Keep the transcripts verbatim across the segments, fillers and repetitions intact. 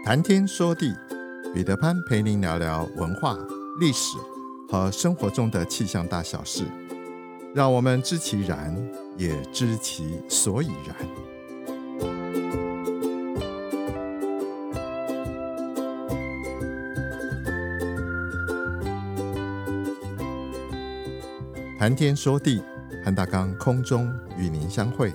谈天说地，彼得潘陪您聊聊文化、历史和生活中的气象大小事，让我们知其然，也知其所以然。谈天说地，潘大刚空中与您相会。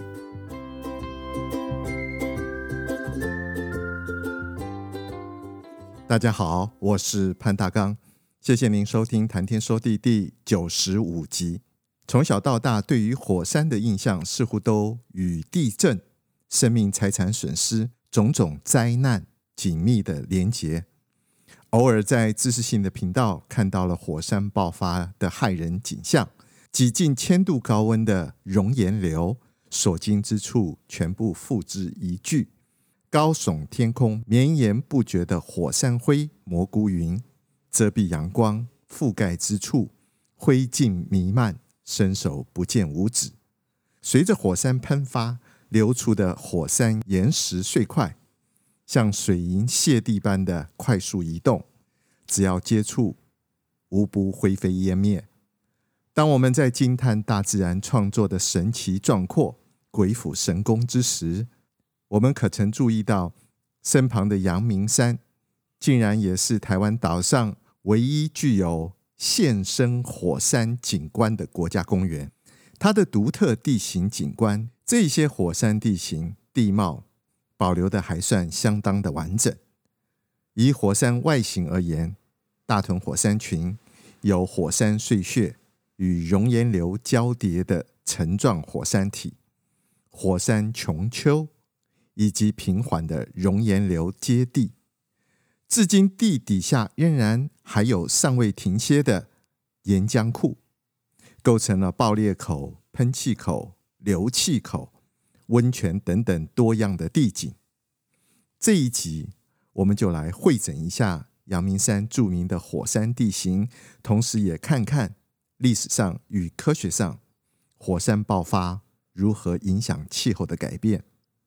大家好，我是潘大刚，谢谢您收听谈天说地第九十五集。从小到大，对于火山的印象似乎都与地震、生命财产损失、种种灾难紧密的连结。偶尔在知识性的频道看到了火山爆发的骇人景象，几近千度高温的熔岩流，所经之处全部付之一炬。高耸天空，绵延不绝的火山灰、蘑菇云，遮蔽阳光，覆盖之处灰烬弥漫，伸手不见五指。随着火山喷发，流出的火山岩石碎块，像水银泻地般的快速移动，只要接触，无不灰飞烟灭。当我们在惊叹大自然创作的神奇壮阔、鬼斧神工之时，我们可曾注意到身旁的阳明山竟然也是台湾岛上唯一具有现生火山景观的国家公园。它的独特地形景观，这些火山地形地貌保留的还算相当的完整。以火山外形而言，大屯火山群有火山碎屑与熔岩流交叠的层状火山体，火山穹丘以及平缓的熔岩流接地，至今地底下仍然还有尚未停歇的岩浆库，构成了爆裂口、喷气口、流气口、温泉等等多样的地景。这一集我们就来汇整一下阳明山著名的火山地形，同时也看看历史上与科学上火山爆发如何影响气候的改变。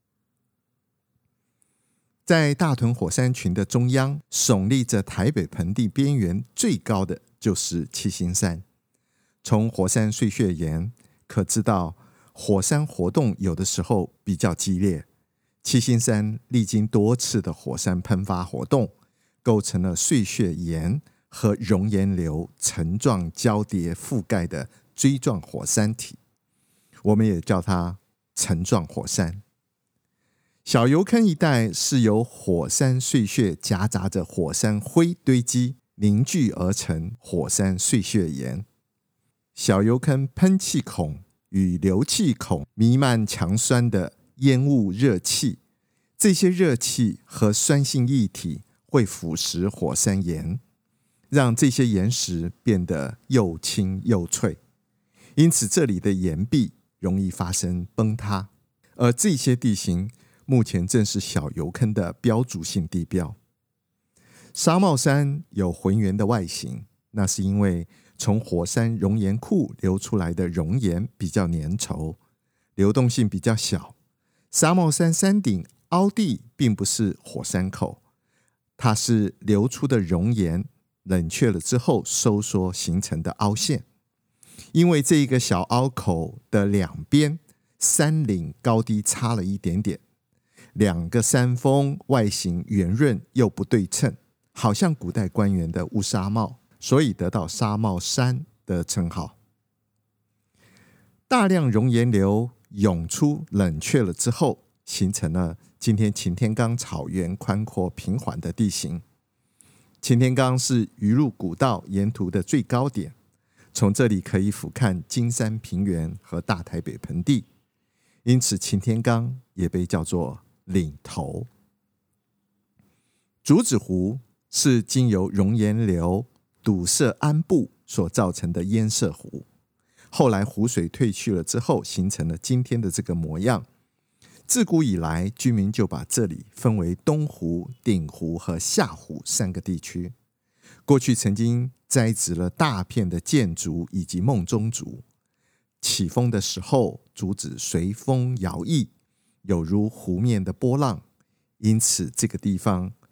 在大屯火山群的中央，耸立着台北盆地边缘最高的就是七星山。从火山碎屑岩可知道，火山活动有的时候比较激烈。七星山历经多次的火山喷发活动，构成了碎屑岩和熔岩流层状交叠覆盖的锥状火山体，我们也叫它层状火山。小油坑一带是由火山碎屑夹杂着火山灰堆积凝聚而成火山碎屑岩。小油坑喷气孔与流气孔弥漫强酸的烟雾热气，这些热气和酸性液体会腐蚀火山岩，让这些岩石变得又轻又脆，因此这里的岩壁容易发生崩塌，而这些地形目前正是小油坑的标注性地标。沙帽山有浑圆的外形，那是因为从火山熔岩库流出来的熔岩比较粘稠，流动性比较小。沙帽山山顶凹地并不是火山口，它是流出的熔岩冷却了之后收缩形成的凹陷。因为这一个小凹口的两边山岭高低差了一点点，两个山峰外形圆润又不对称，好像古代官员的乌纱帽，所以得到纱帽山的称号。大量熔岩流涌出冷却了之后，形成了今天擎天岗草原宽阔平缓的地形。擎天岗是鱼路古道沿途的最高点，从这里可以俯瞰金山平原和大台北盆地，因此擎天岗也被叫做岭头。竹子湖是经由熔岩流堵塞安部所造成的堰塞湖，后来湖水退去了之后，形成了今天的这个模样。自古以来，居民就把这里分为东湖、顶湖和下湖三个地区。过去曾经栽植了大片的箭竹以及孟宗竹，起风的时候，竹子随风摇曳，有如湖面的波浪，因此这个地方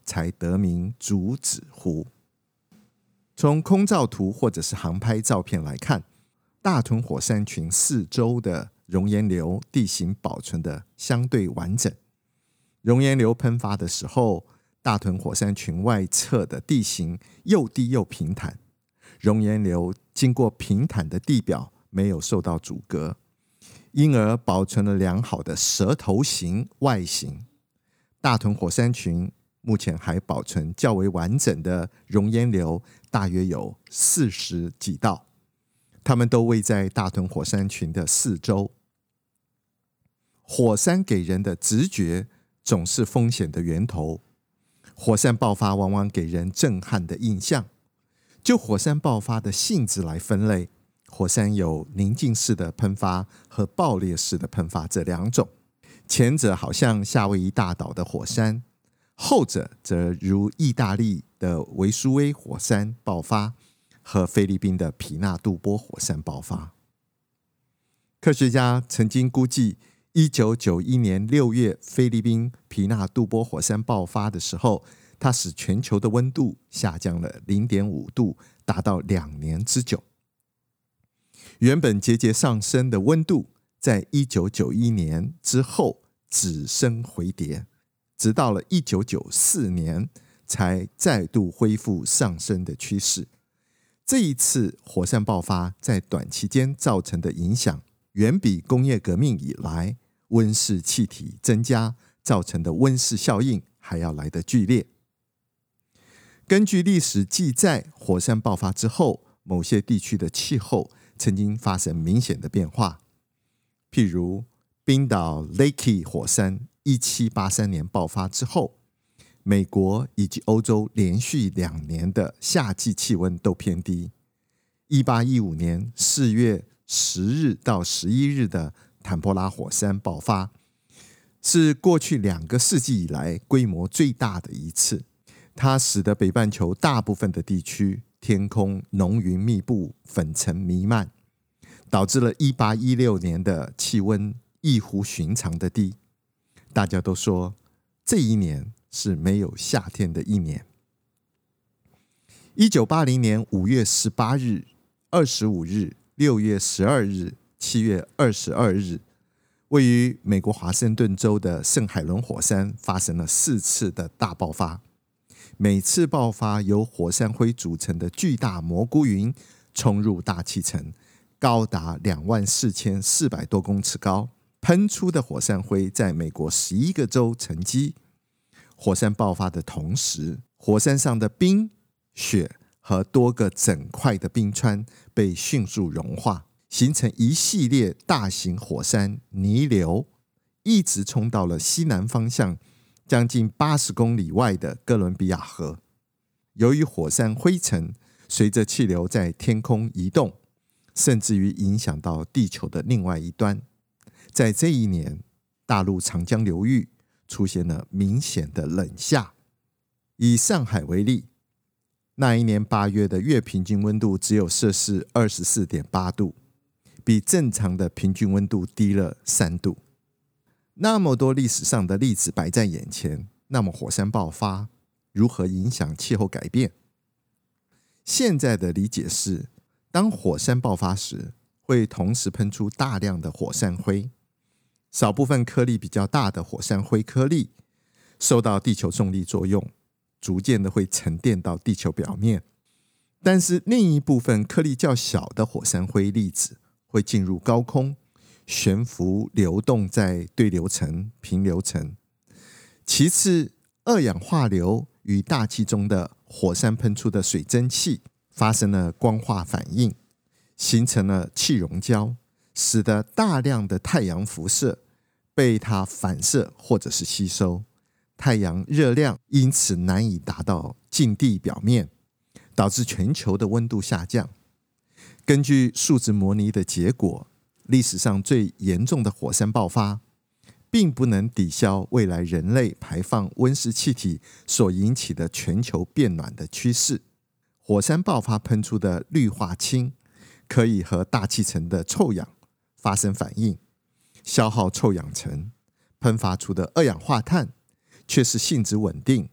才得名竹子湖。从空照图或者是航拍照片来看，大屯火山群四周的熔岩流地形保存的相对完整。熔岩流喷发的时候，大屯火山群外侧的地形又低又平坦，熔岩流经过平坦的地表没有受到阻隔，因而保存了良好的蛇头形外形。大屯火山群目前还保存较为完整的熔岩流，大约有四十几道，它们都位在大屯火山群的四周。火山给人的直觉总是风险的源头，火山爆发往往给人震撼的印象。就火山爆发的性质来分类，火山有宁静式的喷发和爆裂式的喷发这两种，前者好像夏威夷大岛的火山，后者则如意大利的维苏威火山爆发和菲律宾的皮纳杜波火山爆发。科学家曾经估计，一九九一年六月菲律宾皮纳杜波火山爆发的时候，它使全球的温度下降了 零点五度，达到两年之久。原本节节上升的温度，在一九九一年之后止升回跌，直到了一九九四年才再度恢复上升的趋势。这一次火山爆发在短期间造成的影响，远比工业革命以来温室气体增加造成的温室效应还要来得剧烈。根据历史记载，火山爆发之后，某些地区的气候曾经发生明显的变化。譬如冰岛 Lake 火山一七八三年爆发之后，美国以及欧洲连续两年的夏季气温都偏低。一八一五年四月十日到十一日的坦波拉火山爆发，是过去两个世纪以来规模最大的一次。它使得北半球大部分的地区天空浓云密布，粉尘弥漫，导致了一八一六年的气温异乎寻常的低。大家都说这一年是没有夏天的一年。一九八零年五月十八日、二十五日、六月十二日、七月二十二日，位于美国华盛顿州的圣海伦火山发生了四次的大爆发。每次爆发由火山灰组成的巨大蘑菇云冲入大气层，高达两万四千四百多公尺高，喷出的火山灰在美国十一个州沉积。火山爆发的同时，火山上的冰、雪和多个整块的冰川被迅速融化，形成一系列大型火山泥流，一直冲到了西南方向将近八十公里外的哥伦比亚河。由于火山灰尘随着气流在天空移动，甚至于影响到地球的另外一端，在这一年，大陆长江流域出现了明显的冷夏。以上海为例，那一年八月的月平均温度只有摄氏 二十四点八度，比正常的平均温度低了三度。那么多历史上的例子摆在眼前，那么火山爆发如何影响气候改变？现在的理解是，当火山爆发时，会同时喷出大量的火山灰，少部分颗粒比较大的火山灰颗粒受到地球重力作用，逐渐的会沉淀到地球表面，但是另一部分颗粒较小的火山灰粒子会进入高空，悬浮流动在对流层、平流层。其次，二氧化硫与大气中的火山喷出的水蒸气发生了光化反应，形成了气溶胶，使得大量的太阳辐射被它反射或者是吸收，太阳热量因此难以达到近地表面，导致全球的温度下降。根据数值模拟的结果，历史上最严重的火山爆发并不能抵消未来人类排放温室气体所引起的全球变暖的趋势。火山爆发喷出的氯化氢可以和大气层的臭氧发生反应，消耗臭氧层，喷发出的二氧化碳却是性质稳定，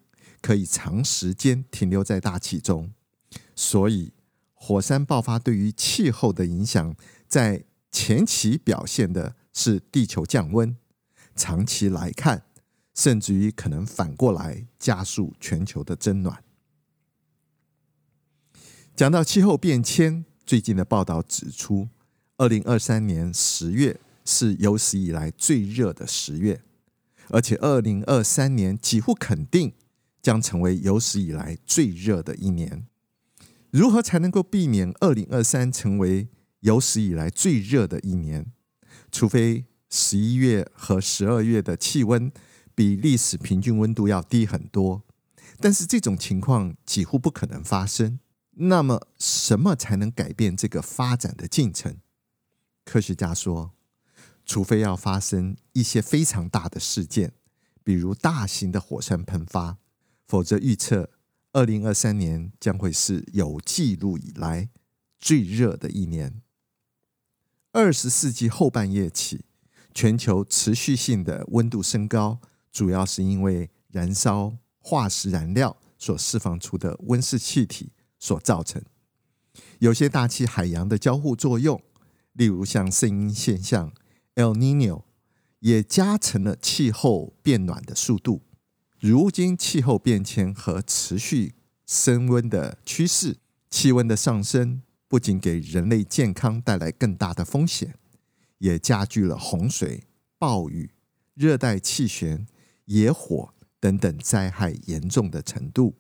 可以长时间停留在大气中，所以火山爆发对于气候的影响，在前期表现的是地球降温，长期来看，甚至于可能反过来加速全球的增暖。讲到气候变迁，最近的报道指出，二零二三年十月是有史以来最热的十月，而且二零二三年几乎肯定将成为有史以来最热的一年。如何才能够避免二零二三成为有史以来最热的一年？除非十一月和十二月的气温比历史平均温度要低很多，但是这种情况几乎不可能发生。那么什么才能改变这个发展的进程？科学家说，除非要发生一些非常大的事件，比如大型的火山喷发，否则预测二零二三年将会是有记录以来最热的一年。二十世纪后半叶起，全球持续性的温度升高，主要是因为燃烧化石燃料所释放出的温室气体所造成。有些大气海洋的交互作用，例如像圣婴现象 El Niño， 也加成了气候变暖的速度。如今气候变迁和持续升温的趋势，气温的上升不仅给人类健康带来更大的风险，也加剧了洪水、暴雨、热带气旋、野火等等灾害严重的程度。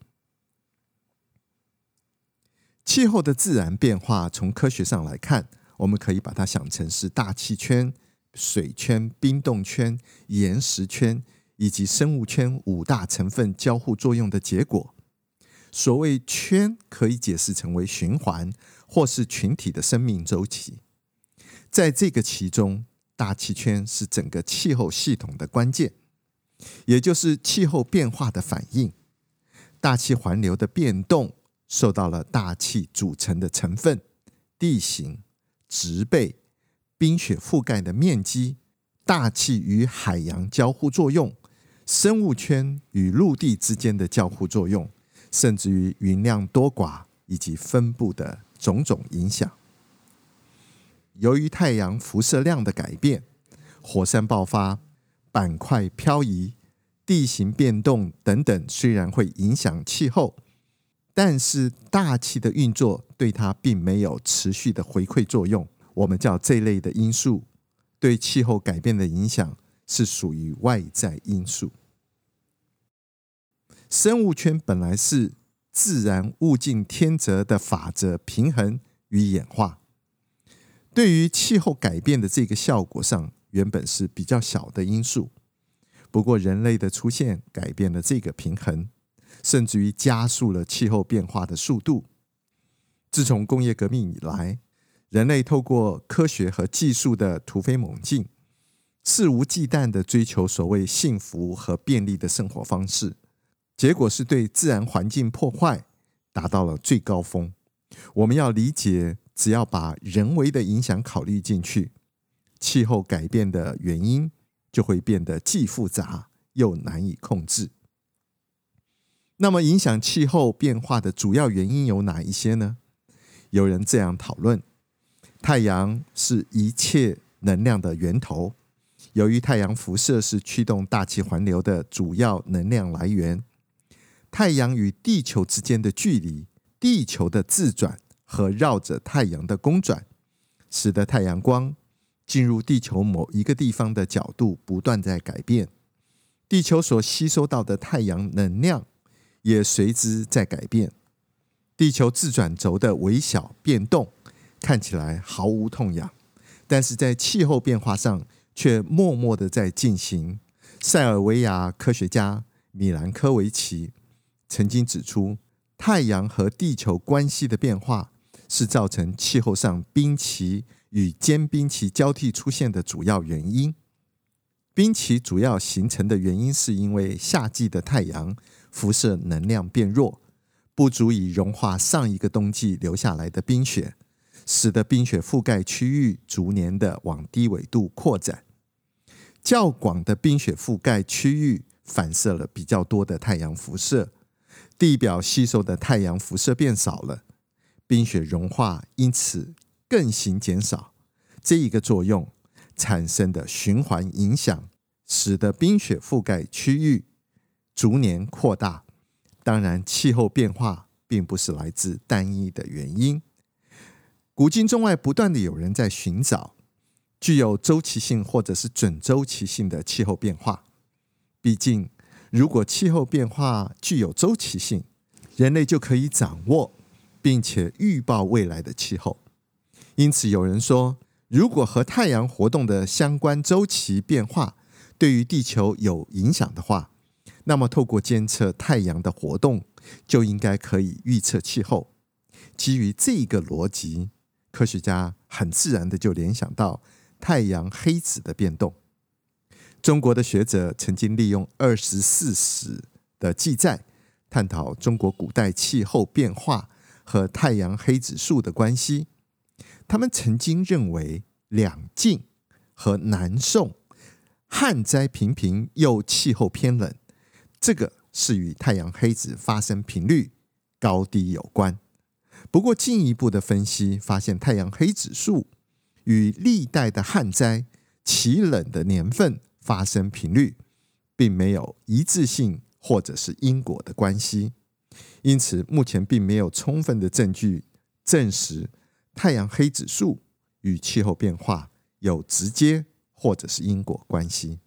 气候的自然变化，从科学上来看，我们可以把它想成是大气圈、水圈、冰冻圈、岩石圈以及生物圈五大成分交互作用的结果。所谓圈，可以解释成为循环或是群体的生命周期。在这个其中，大气圈是整个气候系统的关键，也就是气候变化的反应。大气环流的变动受到了大气组成的成分、地形、植被、冰雪覆盖的面积、大气与海洋交互作用、生物圈与陆地之间的交互作用，甚至于云量多寡以及分布的种种影响。由于太阳辐射量的改变，火山爆发、板块漂移、地形变动等等，虽然会影响气候，但是大气的运作对它并没有持续的回馈作用。我们叫这类的因素对气候改变的影响是属于外在因素。生物圈本来是自然物竞天择的法则平衡与演化，对于气候改变的这个效果上，原本是比较小的因素。不过人类的出现改变了这个平衡，甚至于加速了气候变化的速度。自从工业革命以来，人类透过科学和技术的突飞猛进，肆无忌惮地追求所谓幸福和便利的生活方式，结果是对自然环境破坏达到了最高峰。我们要理解，只要把人为的影响考虑进去，气候改变的原因就会变得既复杂又难以控制。那么影响气候变化的主要原因有哪一些呢？有人这样讨论：太阳是一切能量的源头，由于太阳辐射是驱动大气环流的主要能量来源，太阳与地球之间的距离、地球的自转和绕着太阳的公转，使得太阳光进入地球某一个地方的角度不断在改变，地球所吸收到的太阳能量也随之在改变。地球自转轴的微小变动看起来毫无痛痒，但是在气候变化上却默默的在进行。塞尔维亚科学家米兰科维奇曾经指出，太阳和地球关系的变化是造成气候上冰期与间冰期交替出现的主要原因。冰期主要形成的原因是因为夏季的太阳辐射能量变弱，不足以融化上一个冬季留下来的冰雪，使得冰雪覆盖区域逐年的往低纬度扩展。较广的冰雪覆盖区域反射了比较多的太阳辐射， 地表吸收的太阳辐射变少了，冰雪融化因此更行减少。这一个作用产生的循环影响，使得冰雪覆盖区域逐年扩大。当然，气候变化并不是来自单一的原因。古今中外不断的有人在寻找具有周期性或者是准周期性的气候变化。毕竟，如果气候变化具有周期性，人类就可以掌握并且预报未来的气候。因此有人说，如果和太阳活动的相关周期变化对于地球有影响的话，那么透过监测太阳的活动，就应该可以预测气候。基于这个逻辑，科学家很自然的就联想到太阳黑子的变动。中国的学者曾经利用二十四史的记载，探讨中国古代气候变化和太阳黑子数的关系。他们曾经认为两晋和南宋旱灾频频又气候偏冷，这个是与太阳黑子发生频率高低有关。不过进一步的分析发现，太阳黑子数与历代的旱灾起冷的年份发生频率并没有一致性或者是因果的关系。因此目前并没有充分的证据证实太阳黑子数与气候变化有直接或者是因果关系。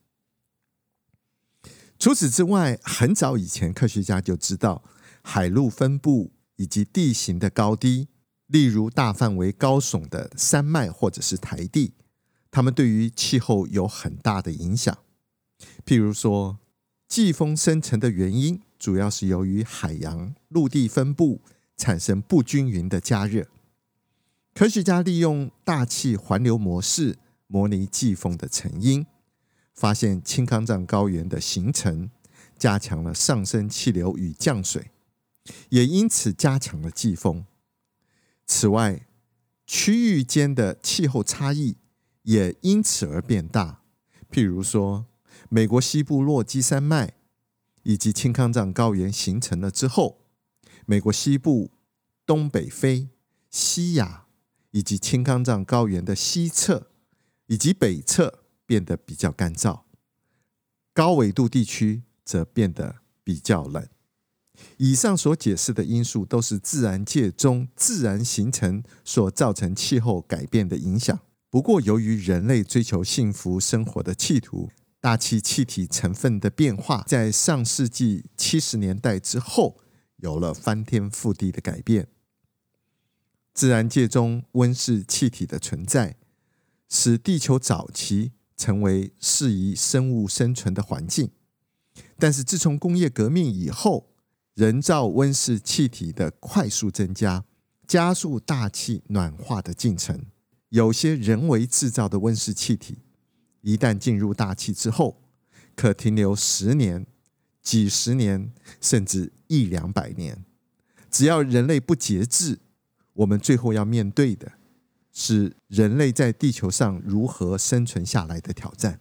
除此之外，很早以前科学家就知道海陆分布以及地形的高低，例如大范围高耸的山脉或者是台地，它们对于气候有很大的影响。譬如说，季风生成的原因主要是由于海洋陆地分布产生不均匀的加热。科学家利用大气环流模式模拟季风的成因，发现青康藏高原的形成加强了上升气流与降水，也因此加强了季风。此外，区域间的气候差异也因此而变大。譬如说，美国西部落基山脉以及青康藏高原形成了之后，美国西部、东北非、西亚以及青康藏高原的西侧以及北侧变得比较干燥，高纬度地区则变得比较冷。以上所解释的因素都是自然界中自然形成所造成气候改变的影响。不过由于人类追求幸福生活的企图，大气气体成分的变化在上世纪七十年代之后有了翻天覆地的改变。自然界中温室气体的存在，使地球早期成为适宜生物生存的环境。但是自从工业革命以后，人造温室气体的快速增加，加速大气暖化的进程。有些人为制造的温室气体，一旦进入大气之后，可停留十年、几十年，甚至一两百年。只要人类不节制，我们最后要面对的是人类在地球上如何生存下来的挑战。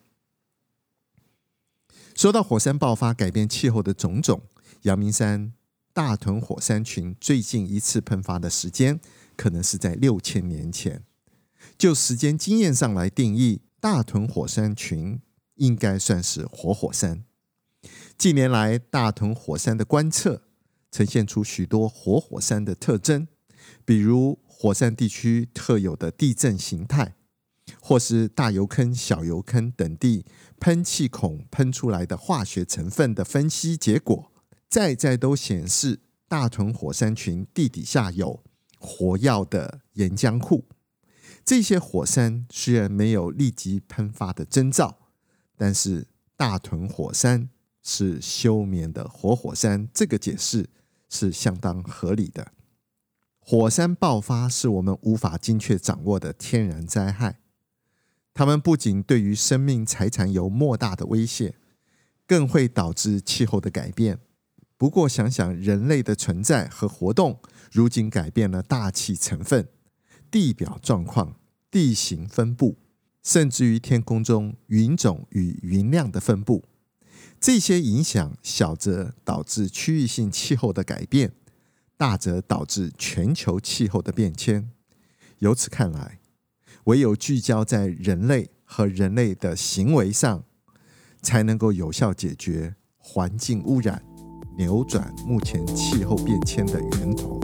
说到火山爆发改变气候的种种，阳明山大屯火山群最近一次喷发的时间可能是在六千年前。就时间经验上来定义，大屯火山群应该算是活火山。近年来大屯火山的观测呈现出许多活火山的特征，比如火山地区特有的地震形态，或是大油坑、小油坑等地喷气孔喷出来的化学成分的分析结果，再再都显示大屯火山群地底下有活跃的岩浆库。这些火山虽然没有立即喷发的征兆，但是大屯火山是休眠的活火山，这个解释是相当合理的。火山爆发是我们无法精确掌握的天然灾害，它们不仅对于生命财产有莫大的威胁，更会导致气候的改变。不过想想人类的存在和活动，如今改变了大气成分、地表状况、地形分布，甚至于天空中云种与云量的分布。 这些影响小则导致区域性气候的改变，大则导致全球气候的变迁。由此看来，唯有聚焦在人类和人类的行为上，才能够有效解决环境污染，扭转目前气候变迁的源头。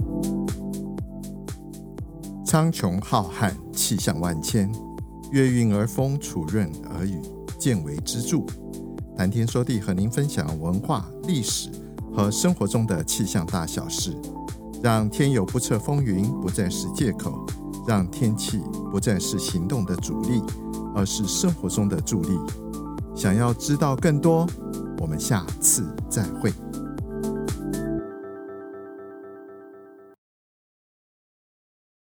苍穹浩瀚，气象万千，月晕而风，楚润而雨，见为支柱。谈天说地，和您分享文化、历史和生活中的气象大小事，让天有不测风云不再是借口，让天气不再是行动的阻力，而是生活中的助力。想要知道更多，我们下次再会。